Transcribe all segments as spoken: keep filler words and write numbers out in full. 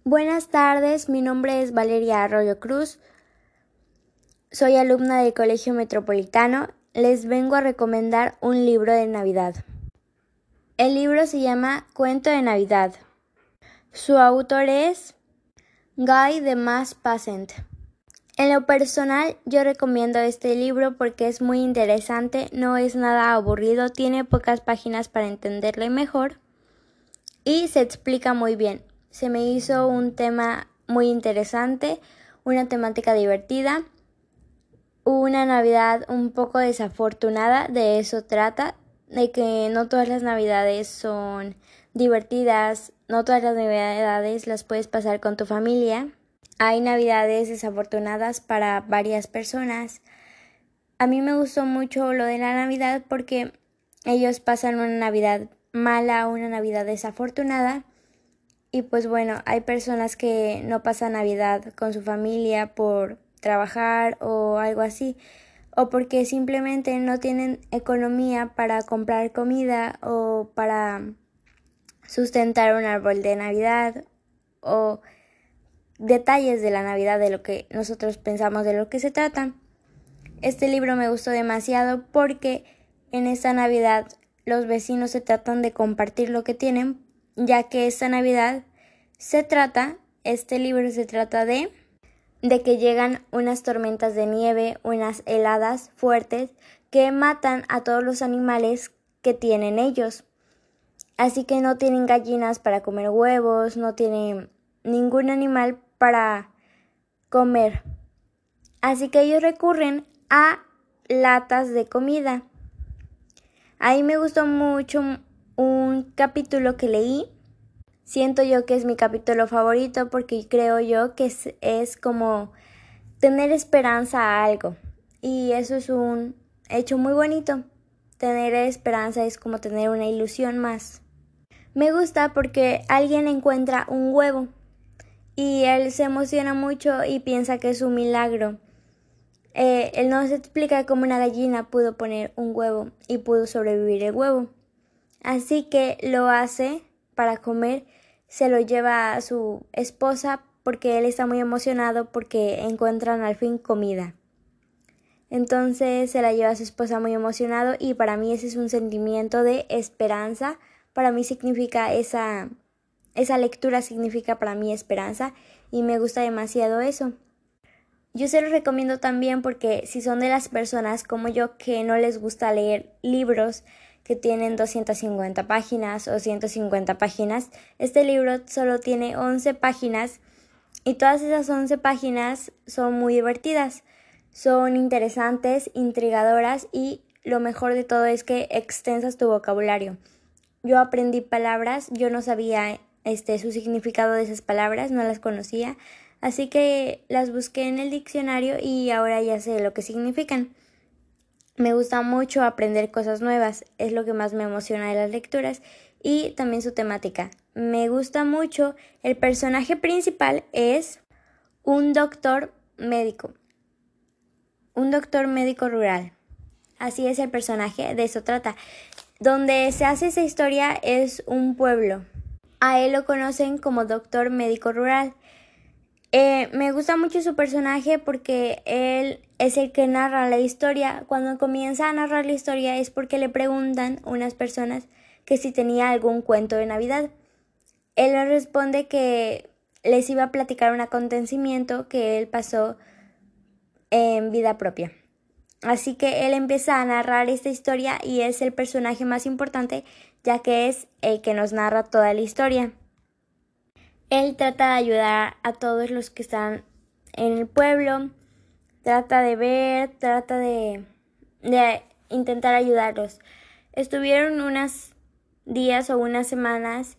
Buenas tardes, mi nombre es Valeria Arroyo Cruz, soy alumna del Colegio Metropolitano. Les vengo a recomendar un libro de Navidad. El libro se llama Cuento de Navidad. Su autor es Guy de Maupassant. En lo personal, yo recomiendo este libro porque es muy interesante, no es nada aburrido, tiene pocas páginas para entenderle mejor y se explica muy bien. Se me hizo un tema muy interesante, una temática divertida, una Navidad un poco desafortunada, de eso trata, de que no todas las Navidades son divertidas, no todas las Navidades las puedes pasar con tu familia. Hay Navidades desafortunadas para varias personas. A mí me gustó mucho lo de la Navidad porque ellos pasan una Navidad mala, una Navidad desafortunada. Y pues bueno, hay personas que no pasan Navidad con su familia por trabajar o algo así, o porque simplemente no tienen economía para comprar comida o para sustentar un árbol de Navidad o detalles de la Navidad, de lo que nosotros pensamos de lo que se trata. Este libro me gustó demasiado porque en esta Navidad los vecinos se tratan de compartir lo que tienen, ya que esta Navidad se trata, este libro se trata de, de que llegan unas tormentas de nieve, unas heladas fuertes que matan a todos los animales que tienen ellos. Así que no tienen gallinas para comer huevos, no tienen ningún animal para comer. Así que ellos recurren a latas de comida. Ahí me gustó mucho un capítulo que leí. Siento yo que es mi capítulo favorito porque creo yo que es, es como tener esperanza a algo. Y eso es un hecho muy bonito. Tener esperanza es como tener una ilusión más. Me gusta porque alguien encuentra un huevo y él se emociona mucho y piensa que es un milagro. Eh, él nos explica cómo una gallina pudo poner un huevo y pudo sobrevivir el huevo. Así que lo hace para comer, se lo lleva a su esposa porque él está muy emocionado porque encuentran al fin comida. Entonces se la lleva a su esposa muy emocionado y para mí ese es un sentimiento de esperanza. Para mí significa esa, esa lectura significa para mí esperanza y me gusta demasiado eso. Yo se los recomiendo también porque si son de las personas como yo que no les gusta leer libros que tienen doscientas cincuenta páginas o ciento cincuenta páginas, este libro solo tiene once páginas y todas esas once páginas son muy divertidas, son interesantes, intrigadoras y lo mejor de todo es que extensas tu vocabulario. Yo aprendí palabras, yo no sabía este, su significado de esas palabras, no las conocía. Así que las busqué en el diccionario y ahora ya sé lo que significan. Me gusta mucho aprender cosas nuevas, es lo que más me emociona de las lecturas y también su temática. Me gusta mucho, el personaje principal es un doctor médico, un doctor médico rural. Así es el personaje, de eso trata. Donde se hace esa historia es un pueblo. A él lo conocen como doctor médico rural. Eh, me gusta mucho su personaje porque él es el que narra la historia. Cuando comienza a narrar la historia es porque le preguntan unas personas que si tenía algún cuento de Navidad. Él les responde que les iba a platicar un acontecimiento que él pasó en vida propia. Así que él empieza a narrar esta historia y es el personaje más importante ya que es el que nos narra toda la historia. Él trata de ayudar a todos los que están en el pueblo, trata de ver, trata de, de intentar ayudarlos. Estuvieron unos días o unas semanas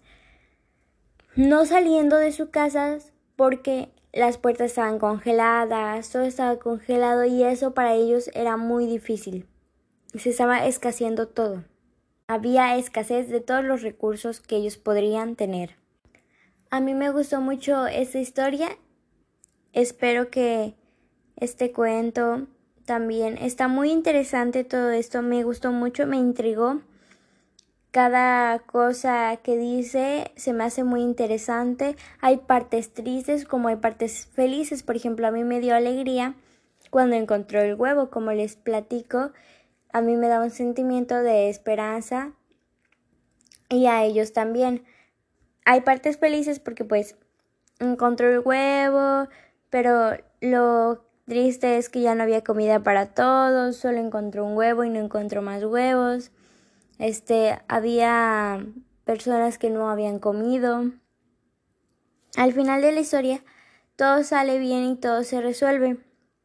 no saliendo de sus casas porque las puertas estaban congeladas, todo estaba congelado y eso para ellos era muy difícil. Se estaba escaseando todo. Había escasez de todos los recursos que ellos podrían tener. A mí me gustó mucho esta historia. Espero que este cuento también está muy interesante todo esto. Me gustó mucho, me intrigó. cada cosa que dice se me hace muy interesante. Hay partes tristes como hay partes felices. Por ejemplo, a mí me dio alegría cuando encontró el huevo, como les platico. A mí me da un sentimiento de esperanza y a ellos también. Hay partes felices porque pues encontró el huevo, pero lo triste es que ya no había comida para todos, solo encontró un huevo y no encontró más huevos. Este, había personas que no habían comido. Al final de la historia, todo sale bien y todo se resuelve.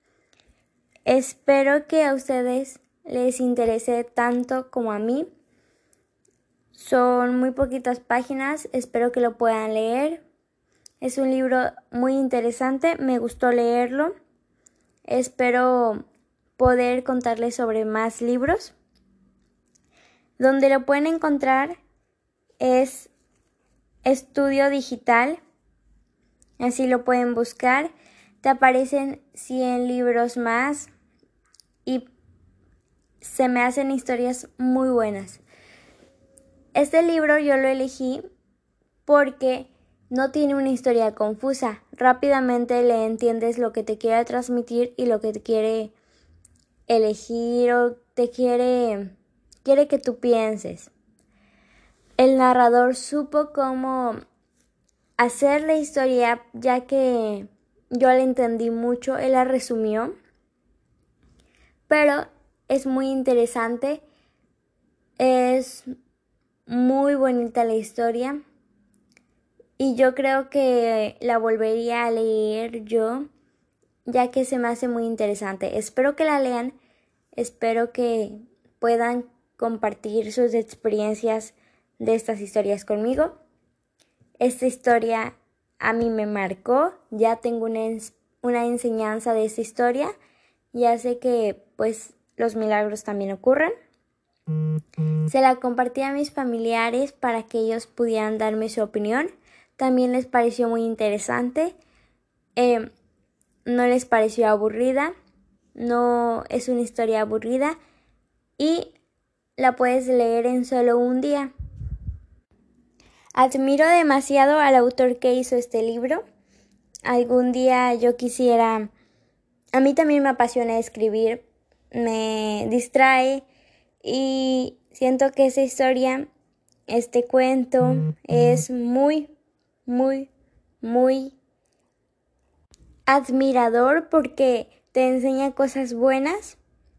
Espero que a ustedes les interese tanto como a mí. Son muy poquitas páginas, espero que lo puedan leer. Es un libro muy interesante, me gustó leerlo. Espero poder contarles sobre más libros. Donde lo pueden encontrar es Estudio Digital, así lo pueden buscar. Te aparecen cien libros más y se me hacen historias muy buenas. Este libro yo lo elegí porque no tiene una historia confusa. Rápidamente le entiendes lo que te quiere transmitir y lo que te quiere elegir o te quiere, quiere que tú pienses. El narrador supo cómo hacer la historia, ya que yo la entendí mucho, él la resumió, pero es muy interesante, es muy bonita la historia y yo creo que la volvería a leer yo, ya que se me hace muy interesante. Espero que la lean, espero que puedan compartir sus experiencias de estas historias conmigo. Esta historia a mí me marcó, ya tengo una, una enseñanza de esta historia, ya sé que pues los milagros también ocurren. Se la compartí a mis familiares para que ellos pudieran darme su opinión. También les pareció muy interesante, eh, no les pareció aburrida, no es una historia aburrida y la puedes leer en solo un día. Admiro demasiado al autor que hizo este libro. Algún día yo quisiera... A mí también me apasiona escribir, me distrae y siento que esa historia, este cuento, es muy, muy, muy admirador porque te enseña cosas buenas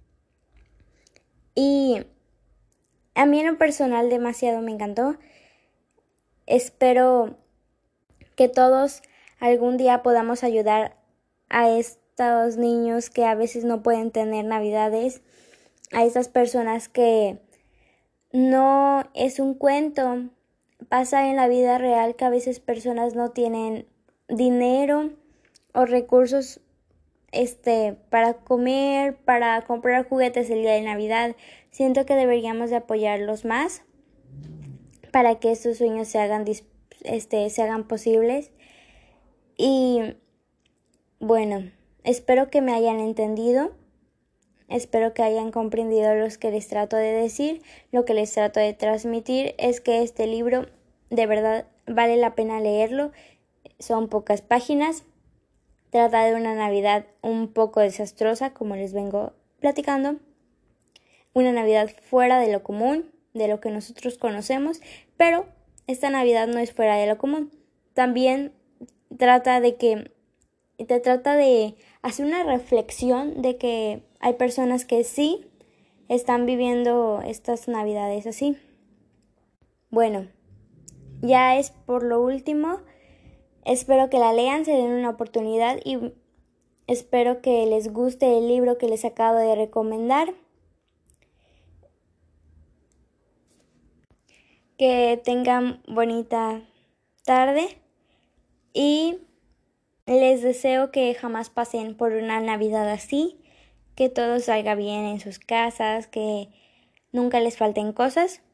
y a mí en lo personal demasiado me encantó. Espero que todos algún día podamos ayudar a estos niños que a veces no pueden tener navidades, a estas personas que no es un cuento, pasa en la vida real que a veces personas no tienen dinero o recursos este para comer, para comprar juguetes el día de Navidad. Siento que deberíamos de apoyarlos más para que estos sueños se hagan este se hagan posibles. Y bueno, espero que me hayan entendido, espero que hayan comprendido lo que les trato de decir. Lo que les trato de transmitir es que este libro de verdad vale la pena leerlo. Son pocas páginas, trata de una Navidad un poco desastrosa, como les vengo platicando, una Navidad fuera de lo común, de lo que nosotros conocemos, pero esta Navidad no es fuera de lo común. También trata de que te trata de hacer una reflexión de que hay personas que sí están viviendo estas Navidades así. Bueno, ya es por lo último. Espero que la lean, se den una oportunidad y espero que les guste el libro que les acabo de recomendar. Que tengan bonita tarde y les deseo que jamás pasen por una Navidad así, que todo salga bien en sus casas, que nunca les falten cosas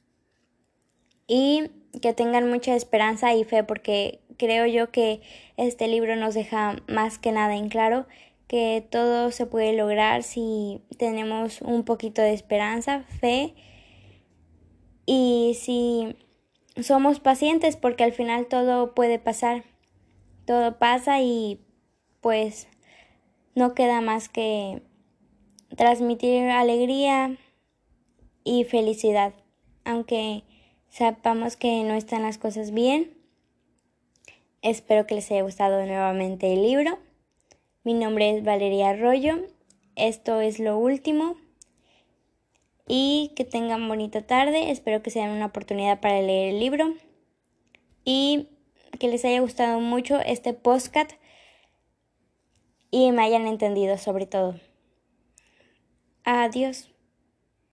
y que tengan mucha esperanza y fe, porque creo yo que este libro nos deja más que nada en claro que todo se puede lograr si tenemos un poquito de esperanza, fe y si somos pacientes, porque al final todo puede pasar, todo pasa y pues no queda más que transmitir alegría y felicidad, aunque sepamos que no están las cosas bien. Espero que les haya gustado nuevamente el libro. Mi nombre es Valeria Arroyo. Esto es lo último. Y que tengan bonita tarde. Espero que se den una oportunidad para leer el libro. Y que les haya gustado mucho este podcast. Y me hayan entendido sobre todo. Adiós.